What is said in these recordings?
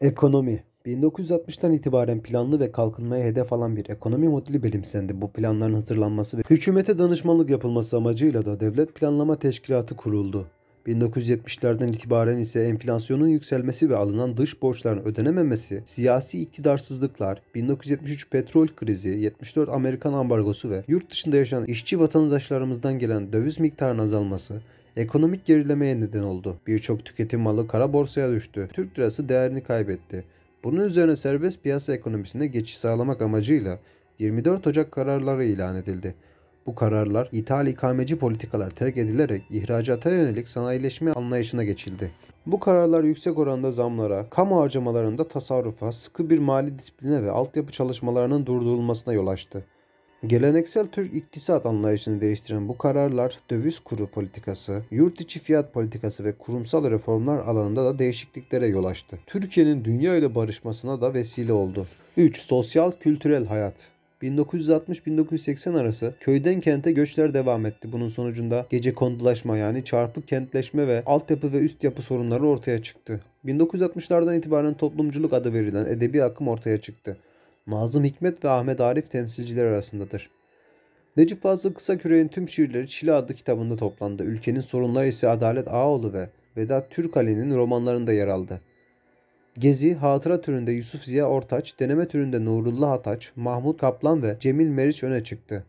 Ekonomi 1960'tan itibaren planlı ve kalkınmaya hedef alan bir ekonomi modeli benimsendi. Bu planların hazırlanması ve hükümete danışmanlık yapılması amacıyla da Devlet Planlama Teşkilatı kuruldu. 1970'lerden itibaren ise enflasyonun yükselmesi ve alınan dış borçların ödenememesi, siyasi iktidarsızlıklar, 1973 petrol krizi, 74 Amerikan ambargosu ve yurt dışında yaşayan işçi vatandaşlarımızdan gelen döviz miktarının azalması, ekonomik gerilemeye neden oldu. Birçok tüketim malı kara borsaya düştü. Türk lirası değerini kaybetti. Bunun üzerine serbest piyasa ekonomisine geçiş sağlamak amacıyla 24 Ocak kararları ilan edildi. Bu kararlar ithal ikameci politikalar terk edilerek ihracata yönelik sanayileşme anlayışına geçildi. Bu kararlar yüksek oranda zamlara, kamu harcamalarında tasarrufa, sıkı bir mali disipline ve altyapı çalışmalarının durdurulmasına yol açtı. Geleneksel Türk iktisat anlayışını değiştiren bu kararlar döviz kuru politikası, yurt içi fiyat politikası ve kurumsal reformlar alanında da değişikliklere yol açtı. Türkiye'nin dünya ile barışmasına da vesile oldu. 3. Sosyal kültürel hayat 1960-1980 arası köyden kente göçler devam etti. Bunun sonucunda gecekondulaşma yani çarpık kentleşme ve altyapı ve üst yapı sorunları ortaya çıktı. 1960'lardan itibaren toplumculuk adı verilen edebi akım ortaya çıktı. Nazım Hikmet ve Ahmet Arif temsilciler arasındadır. Necip Fazıl Kısaküre'nin tüm şiirleri Çile adlı kitabında toplandı. Ülkenin sorunları ise Adalet Ağaoğlu ve Vedat Türkali'nin romanlarında yer aldı. Gezi, hatıra türünde Yusuf Ziya Ortaç, deneme türünde Nurullah Ataç, Mahmut Kaplan ve Cemil Meriç öne çıktı.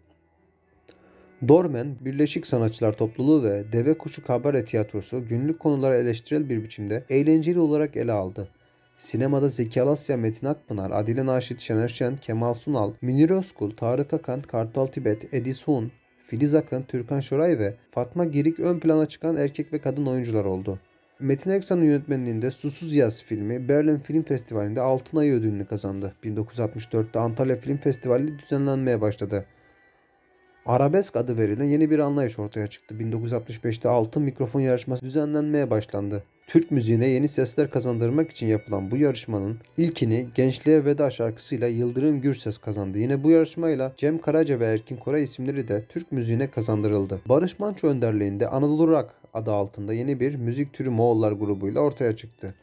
Dormen, Birleşik Sanatçılar Topluluğu ve Deve Kuşu Kabare Tiyatrosu günlük konuları eleştirel bir biçimde eğlenceli olarak ele aldı. Sinemada Zeki Alasya, Metin Akpınar, Adile Naşit, Şener Şen, Kemal Sunal, Münir Özkul, Tarık Akan, Kartal Tibet, Edis Hun, Filiz Akın, Türkan Şoray ve Fatma Girik ön plana çıkan erkek ve kadın oyuncular oldu. Metin Erksan'ın yönetmenliğinde Susuz Yaz filmi Berlin Film Festivali'nde Altın Ayı ödülünü kazandı. 1964'te Antalya Film Festivali düzenlenmeye başladı. Arabesk adı verilen yeni bir anlayış ortaya çıktı. 1965'te Altın Mikrofon yarışması düzenlenmeye başlandı. Türk müziğine yeni sesler kazandırmak için yapılan bu yarışmanın ilkini Gençliğe Veda şarkısıyla Yıldırım Gürses kazandı. Yine bu yarışmayla Cem Karaca ve Erkin Koray isimleri de Türk müziğine kazandırıldı. Barış Manço önderliğinde Anadolu Rock adı altında yeni bir müzik türü Moğollar grubuyla ortaya çıktı.